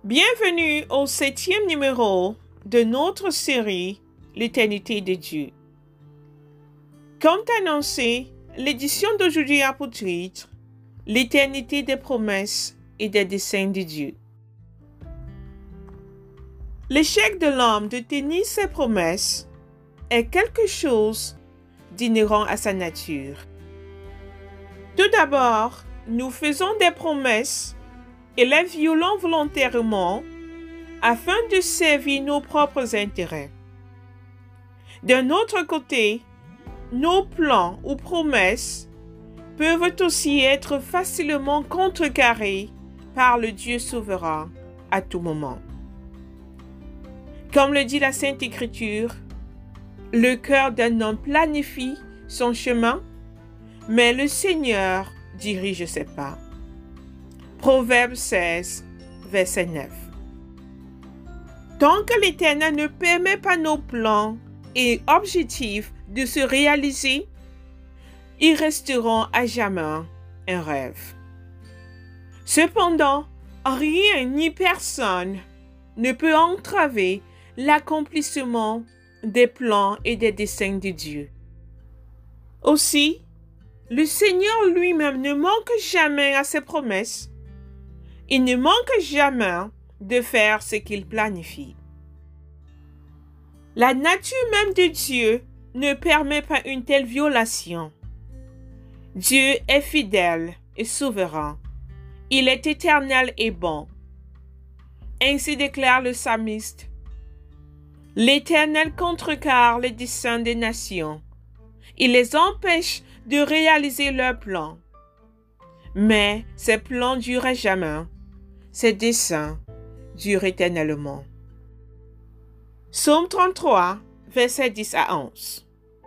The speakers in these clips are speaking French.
Bienvenue au 7e numéro de notre série L'éternité de Dieu. Comme annoncé, l'édition d'aujourd'hui a pour titre L'éternité des promesses et des desseins de Dieu. L'échec de l'homme de tenir ses promesses est quelque chose d'inhérent à sa nature. Tout d'abord, nous faisons des promesses et les violons volontairement afin de servir nos propres intérêts. D'un autre côté, nos plans ou promesses peuvent aussi être facilement contrecarrés par le Dieu souverain à tout moment. Comme le dit la Sainte Écriture, le cœur d'un homme planifie son chemin, mais le Seigneur dirige ses pas. Proverbe 16, verset 9. Tant que l'Éternel ne permet pas nos plans et objectifs de se réaliser, ils resteront à jamais un rêve. Cependant, rien ni personne ne peut entraver l'accomplissement des plans et des desseins de Dieu. Aussi, le Seigneur lui-même ne manque jamais à ses promesses. Il ne manque jamais de faire ce qu'il planifie. La nature même de Dieu ne permet pas une telle violation. Dieu est fidèle et souverain. Il est éternel et bon. Ainsi déclare le psalmiste. L'Éternel contrecarre les desseins des nations. Il les empêche de réaliser leurs plans. Mais ses plans durent jamais. Ses desseins durent éternellement. Psaume 33, versets 10 à 11.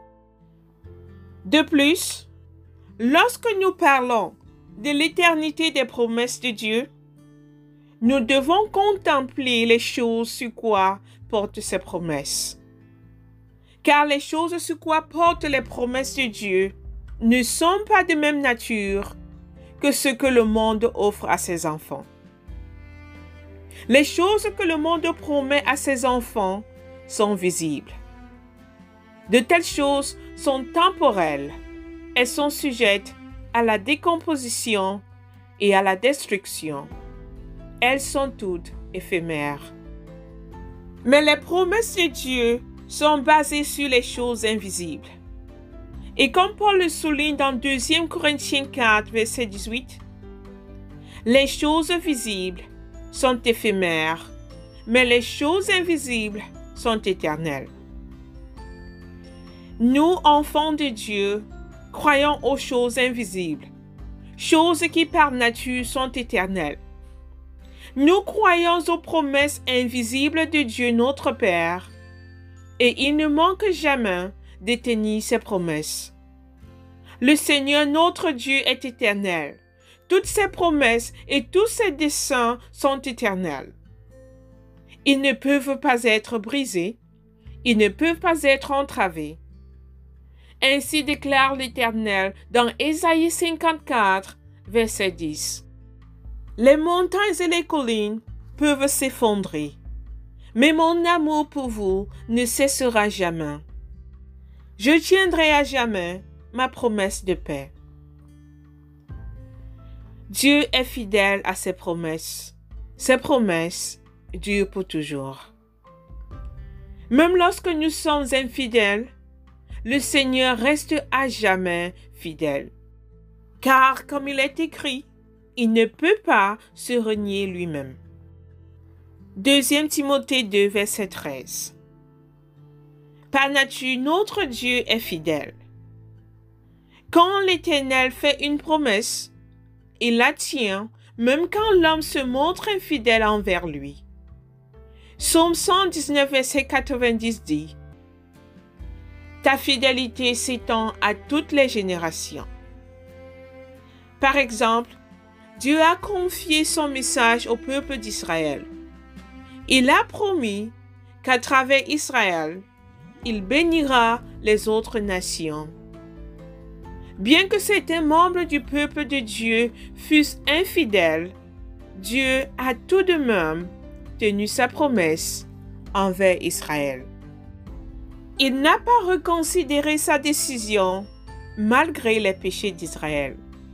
De plus, lorsque nous parlons de l'éternité des promesses de Dieu, nous devons contempler les choses sur quoi portent ces promesses. Car les choses sur quoi portent les promesses de Dieu ne sont pas de même nature que ce que le monde offre à ses enfants. Les choses que le monde promet à ses enfants sont visibles. De telles choses sont temporelles. Elles sont sujettes à la décomposition et à la destruction. Elles sont toutes éphémères. Mais les promesses de Dieu sont basées sur les choses invisibles. Et comme Paul le souligne dans 2 Corinthiens 4, verset 18, les choses visibles sont éphémères, mais les choses invisibles sont éternelles. Nous, enfants de Dieu, croyons aux choses invisibles, choses qui par nature sont éternelles. Nous croyons aux promesses invisibles de Dieu notre Père, et il ne manque jamais de tenir ses promesses. Le Seigneur notre Dieu est éternel. Toutes ses promesses et tous ses desseins sont éternels. Ils ne peuvent pas être brisés, ils ne peuvent pas être entravés. Ainsi déclare l'Éternel dans Ésaïe 54, verset 10. Les montagnes et les collines peuvent s'effondrer, mais mon amour pour vous ne cessera jamais. Je tiendrai à jamais ma promesse de paix. Dieu est fidèle à ses promesses. Ses promesses durent pour toujours. Même lorsque nous sommes infidèles, le Seigneur reste à jamais fidèle. Car, comme il est écrit, il ne peut pas se renier lui-même. 2 Timothée 2, verset 13. Par nature, notre Dieu est fidèle. Quand l'Éternel fait une promesse, il la tient, même quand l'homme se montre infidèle envers lui. Psaume 119, verset 90 dit « Ta fidélité s'étend à toutes les générations. » Par exemple, Dieu a confié son message au peuple d'Israël. Il a promis qu'à travers Israël, il bénira les autres nations. Bien que certains membres du peuple de Dieu fussent infidèles, Dieu a tout de même tenu sa promesse envers Israël. Il n'a pas reconsidéré sa décision malgré les péchés d'Israël.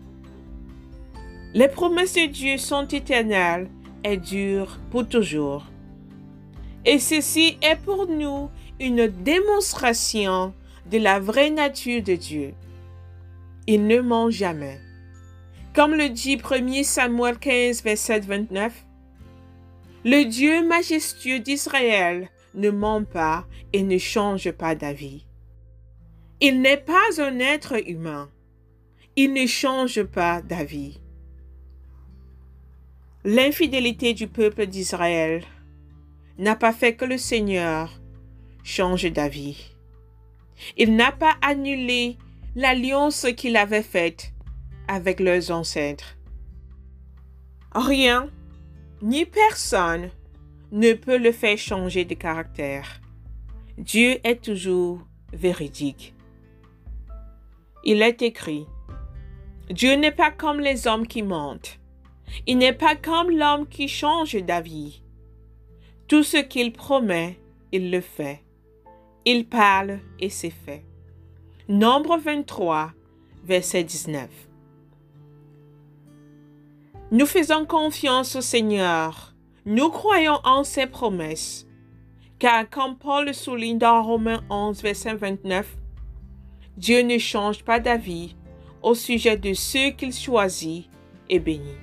Les promesses de Dieu sont éternelles et durent pour toujours. Et ceci est pour nous une démonstration de la vraie nature de Dieu. Il ne ment jamais. Comme le dit 1 Samuel 15, verset 29, le Dieu majestueux d'Israël ne ment pas et ne change pas d'avis. Il n'est pas un être humain. Il ne change pas d'avis. L'infidélité du peuple d'Israël n'a pas fait que le Seigneur change d'avis. Il n'a pas annulé l'alliance qu'il avait faite avec leurs ancêtres. Rien, ni personne ne peut le faire changer de caractère. Dieu est toujours véridique. Il est écrit, Dieu n'est pas comme les hommes qui mentent. Il n'est pas comme l'homme qui change d'avis. Tout ce qu'il promet, il le fait. Il parle et c'est fait. Nombre 23, verset 19. Nous faisons confiance au Seigneur. Nous croyons en ses promesses. Car comme Paul le souligne dans Romains 11, verset 29, Dieu ne change pas d'avis au sujet de ceux qu'il choisit et bénit.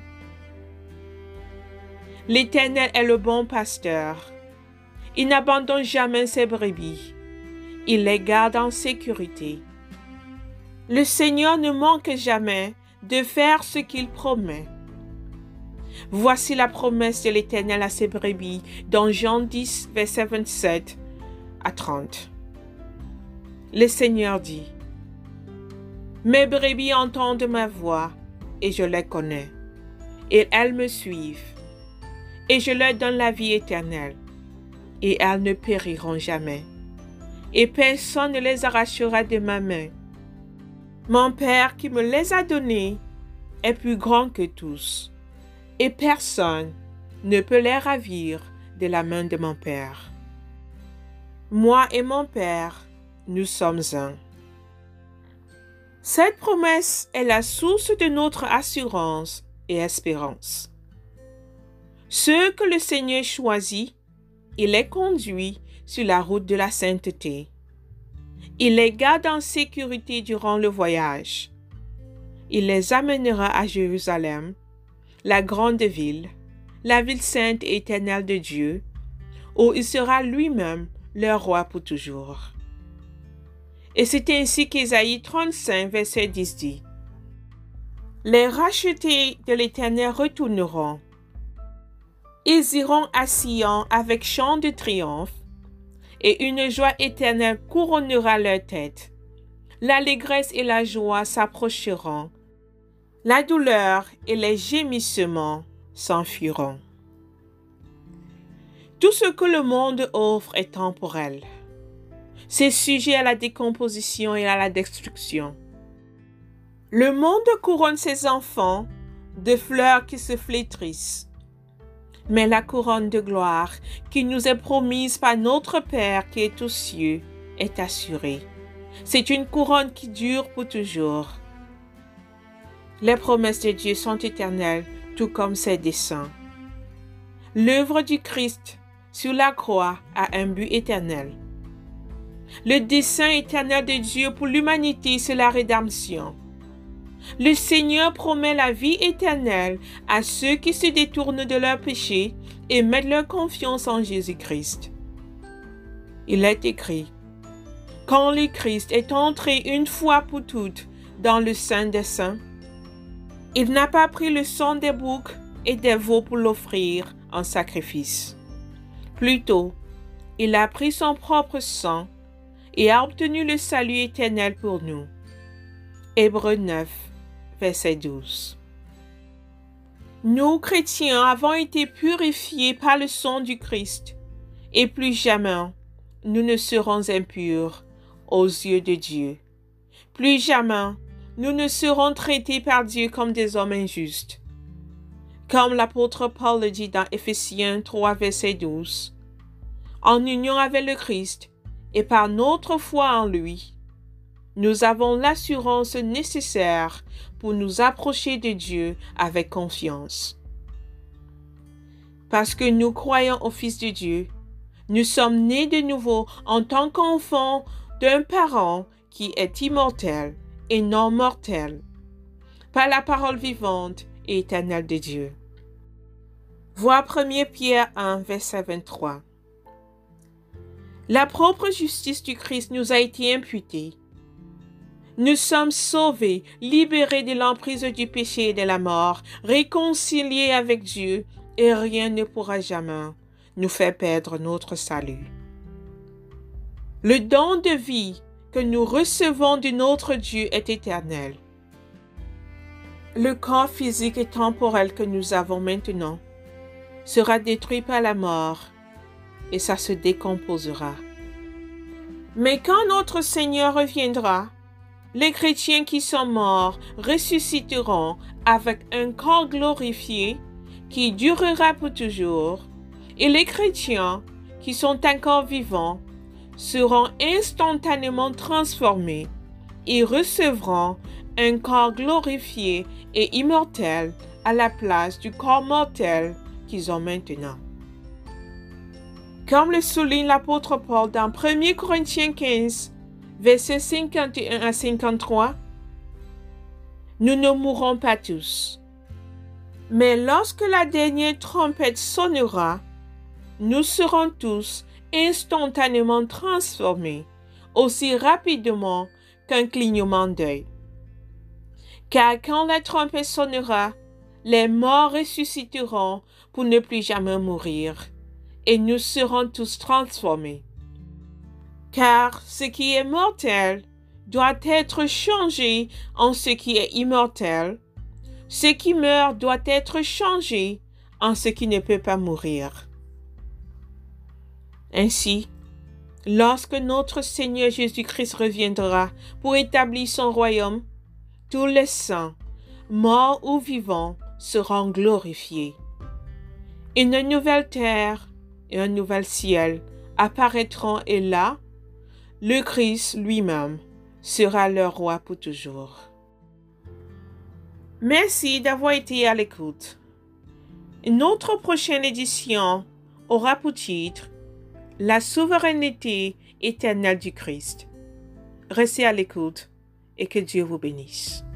L'Éternel est le bon pasteur. Il n'abandonne jamais ses brebis. Il les garde en sécurité. Le Seigneur ne manque jamais de faire ce qu'il promet. Voici la promesse de l'Éternel à ses brebis dans Jean 10, verset 27 à 30. Le Seigneur dit, « Mes brebis entendent ma voix et je les connais, et elles me suivent. Et je leur donne la vie éternelle, et elles ne périront jamais, et personne ne les arrachera de ma main. Mon Père qui me les a donnés est plus grand que tous, et personne ne peut les ravir de la main de mon Père. Moi et mon Père, nous sommes un. » Cette promesse est la source de notre assurance et espérance. Ceux que le Seigneur choisit, il les conduit sur la route de la sainteté. Il les garde en sécurité durant le voyage. Il les amènera à Jérusalem, la grande ville, la ville sainte et éternelle de Dieu, où il sera lui-même leur roi pour toujours. Et c'est ainsi qu'Ésaïe 35, verset 10 dit, « Les rachetés de l'Éternel retourneront. Ils iront à Sion avec chant de triomphe, et une joie éternelle couronnera leur tête. L'allégresse et la joie s'approcheront. La douleur et les gémissements s'enfuiront. » Tout ce que le monde offre est temporel. C'est sujet à la décomposition et à la destruction. Le monde couronne ses enfants de fleurs qui se flétrissent. Mais la couronne de gloire qui nous est promise par notre Père qui est aux cieux est assurée. C'est une couronne qui dure pour toujours. Les promesses de Dieu sont éternelles, tout comme ses desseins. L'œuvre du Christ sur la croix a un but éternel. Le dessein éternel de Dieu pour l'humanité, c'est la rédemption. Le Seigneur promet la vie éternelle à ceux qui se détournent de leurs péchés et mettent leur confiance en Jésus-Christ. Il est écrit, « Quand le Christ est entré une fois pour toutes dans le Saint des Saints, il n'a pas pris le sang des boucs et des veaux pour l'offrir en sacrifice. Plutôt, il a pris son propre sang et a obtenu le salut éternel pour nous. » Hébreux 9, verset 12. Nous, chrétiens, avons été purifiés par le sang du Christ, et plus jamais nous ne serons impurs aux yeux de Dieu. Plus jamais nous ne serons traités par Dieu comme des hommes injustes. Comme l'apôtre Paul le dit dans Éphésiens 3, verset 12, en union avec le Christ et par notre foi en lui, nous avons l'assurance nécessaire pour nous approcher de Dieu avec confiance. Parce que nous croyons au Fils de Dieu, nous sommes nés de nouveau en tant qu'enfants d'un parent qui est immortel et non mortel, par la parole vivante et éternelle de Dieu. Vois 1 Pierre 1, verset 23. La propre justice du Christ nous a été imputée. Nous sommes sauvés, libérés de l'emprise du péché et de la mort, réconciliés avec Dieu, et rien ne pourra jamais nous faire perdre notre salut. Le don de vie que nous recevons de notre Dieu est éternel. Le corps physique et temporel que nous avons maintenant sera détruit par la mort et ça se décomposera. Mais quand notre Seigneur reviendra, les chrétiens qui sont morts ressusciteront avec un corps glorifié qui durera pour toujours, et les chrétiens qui sont encore vivants seront instantanément transformés et recevront un corps glorifié et immortel à la place du corps mortel qu'ils ont maintenant. Comme le souligne l'apôtre Paul dans 1 Corinthiens 15, versets 51 à 53, nous ne mourrons pas tous. Mais lorsque la dernière trompette sonnera, nous serons tous instantanément transformés, aussi rapidement qu'un clignement d'œil. Car quand la trompette sonnera, les morts ressusciteront pour ne plus jamais mourir, et nous serons tous transformés. Car ce qui est mortel doit être changé en ce qui est immortel. Ce qui meurt doit être changé en ce qui ne peut pas mourir. Ainsi, lorsque notre Seigneur Jésus-Christ reviendra pour établir son royaume, tous les saints, morts ou vivants, seront glorifiés. Une nouvelle terre et un nouvel ciel apparaîtront et là, le Christ lui-même sera leur roi pour toujours. Merci d'avoir été à l'écoute. Notre prochaine édition aura pour titre « La souveraineté éternelle du Christ ». Restez à l'écoute et que Dieu vous bénisse.